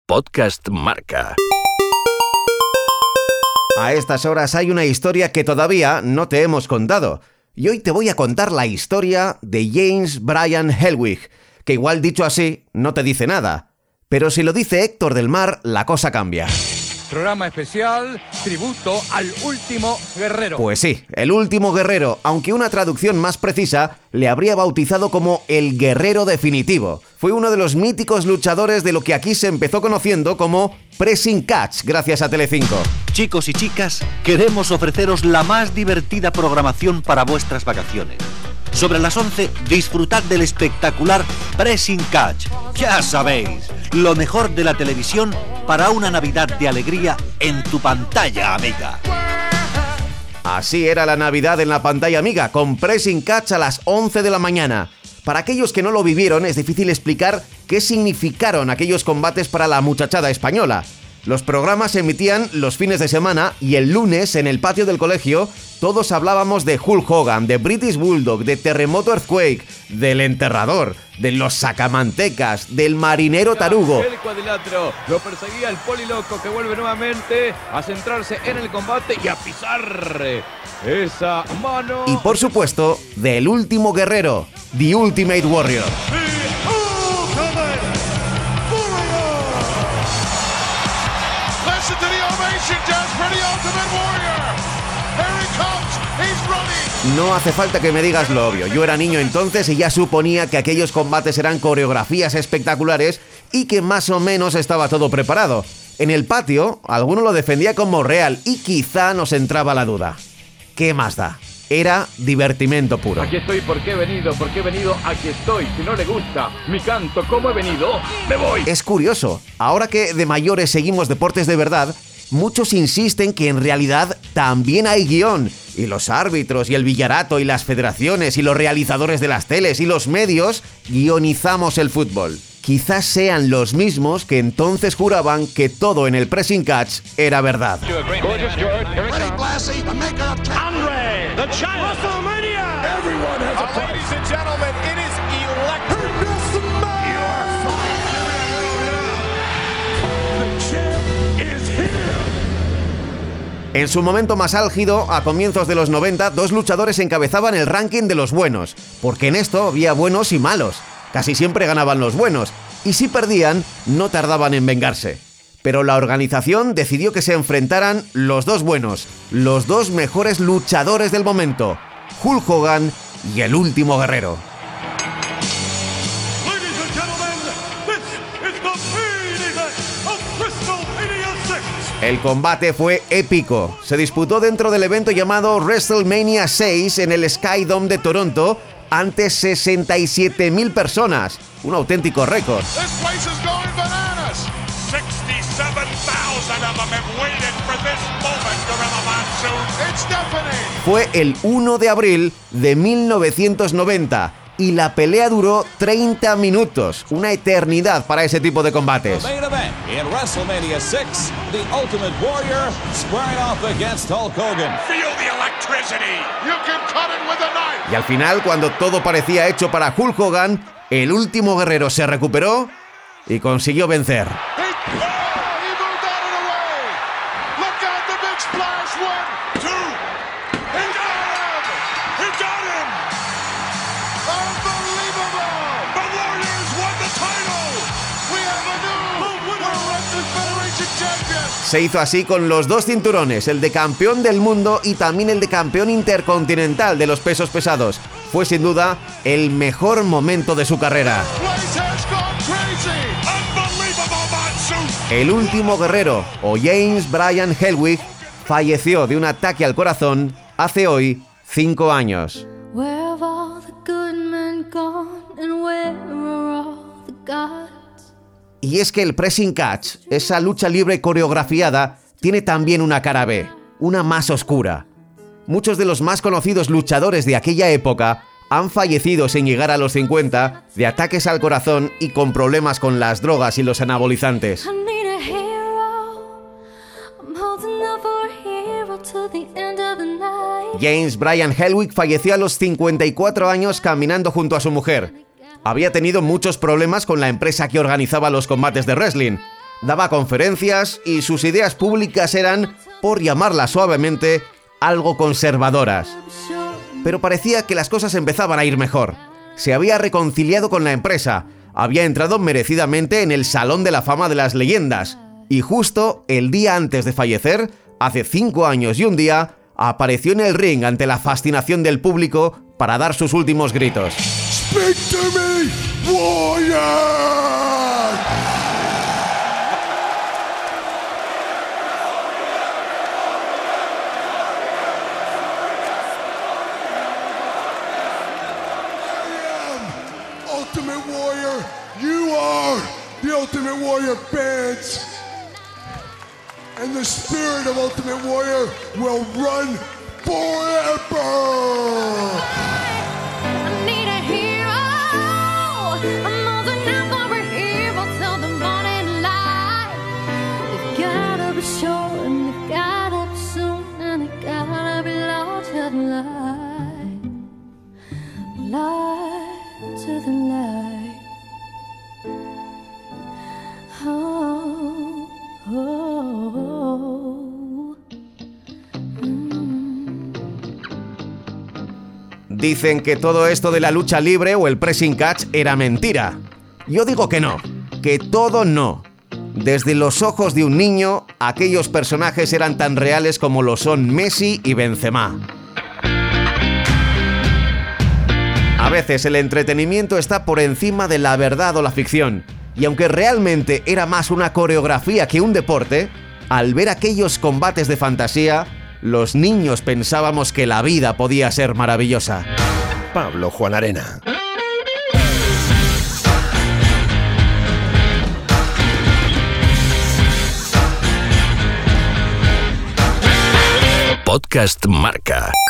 Podcast Marca. A estas horas hay una historia que todavía no te hemos contado. Y hoy te voy a contar la historia de James Bryan Herwig, que igual dicho así no te dice nada. Pero si lo dice Héctor del Mar, la cosa cambia. Programa especial, tributo al último guerrero. Pues sí, el último guerrero, aunque una traducción más precisa le habría bautizado como el guerrero definitivo. Fue uno de los míticos luchadores de lo que aquí se empezó conociendo como Pressing Catch, gracias a Telecinco. Chicos y chicas, queremos ofreceros la más divertida programación para vuestras vacaciones. Sobre las 11, disfrutad del espectacular Pressing Catch. Ya sabéis, lo mejor de la televisión para una Navidad de alegría en tu pantalla amiga. Así era la Navidad en la pantalla amiga, con Pressing Catch a las 11 de la mañana. Para aquellos que no lo vivieron, es difícil explicar qué significaron aquellos combates para la muchachada española. Los programas se emitían los fines de semana y el lunes, en el patio del colegio, todos hablábamos de Hulk Hogan, de British Bulldog, de Terremoto Earthquake, del Enterrador, de los Sacamantecas, del Marinero Tarugo. El cuadrilátero lo perseguía el Poliloco, que vuelve nuevamente a centrarse en el combate y a pisar esa mano. Y por supuesto, del último guerrero, The Ultimate Warrior. No hace falta que me digas lo obvio. Yo era niño entonces y ya suponía que aquellos combates eran coreografías espectaculares y que más o menos estaba todo preparado. En el patio, alguno lo defendía como real y quizá nos entraba la duda. ¿Qué más da? Era divertimento puro. Aquí estoy, ¿por qué he venido? Aquí estoy. Si no le gusta mi canto, ¿cómo he venido? ¡Me voy! Es curioso, ahora que de mayores seguimos deportes de verdad, muchos insisten que en realidad también hay guión, y los árbitros y el villarato y las federaciones y los realizadores de las teles y los medios guionizamos el fútbol. Quizás sean los mismos que entonces juraban que todo en el Pressing Catch era verdad. En su momento más álgido, a comienzos de los 90, dos luchadores encabezaban el ranking de los buenos, porque en esto había buenos y malos. Casi siempre ganaban los buenos, y si perdían, no tardaban en vengarse. Pero la organización decidió que se enfrentaran los dos buenos, los dos mejores luchadores del momento, Hulk Hogan y el último guerrero. El combate fue épico. Se disputó dentro del evento llamado WrestleMania 6 en el Sky Dome de Toronto ante 67.000 personas. Un auténtico récord. Fue el 1 de abril de 1990. Y la pelea duró 30 minutos, una eternidad para ese tipo de combates. Y al final, cuando todo parecía hecho para Hulk Hogan, el último guerrero se recuperó y consiguió vencer. Se hizo así con los dos cinturones, el de campeón del mundo y también el de campeón intercontinental de los pesos pesados. Fue sin duda el mejor momento de su carrera. El último guerrero, o James Bryan Herwig, falleció de un ataque al corazón hace hoy 5 años. Y es que el Pressing Catch, esa lucha libre coreografiada, tiene también una cara B, una más oscura. Muchos de los más conocidos luchadores de aquella época han fallecido sin llegar a los 50 de ataques al corazón y con problemas con las drogas y los anabolizantes. James Bryan Herwig falleció a los 54 años caminando junto a su mujer. Había tenido muchos problemas con la empresa que organizaba los combates de wrestling, daba conferencias y sus ideas públicas eran, por llamarlas suavemente, algo conservadoras. Pero parecía que las cosas empezaban a ir mejor. Se había reconciliado con la empresa, había entrado merecidamente en el Salón de la Fama de las Leyendas, y justo el día antes de fallecer, hace 5 años y un día, apareció en el ring ante la fascinación del público para dar sus últimos gritos. Speak to me, warrior! Ultimate Warrior, you are the Ultimate Warrior fans, and the spirit of Ultimate Warrior will run forever. I need a hero. I'm holding out for a hero till the morning light. They've gotta be sure and they've gotta be soon and they gotta be larger than light. Light to the light. Oh, oh, oh. Dicen que todo esto de la lucha libre o el pressing catch era mentira. Yo digo que no, que todo no. Desde los ojos de un niño, aquellos personajes eran tan reales como lo son Messi y Benzema. A veces el entretenimiento está por encima de la verdad o la ficción, y aunque realmente era más una coreografía que un deporte, al ver aquellos combates de fantasía, los niños pensábamos que la vida podía ser maravillosa. Pablo Juan Arena. Podcast Marca.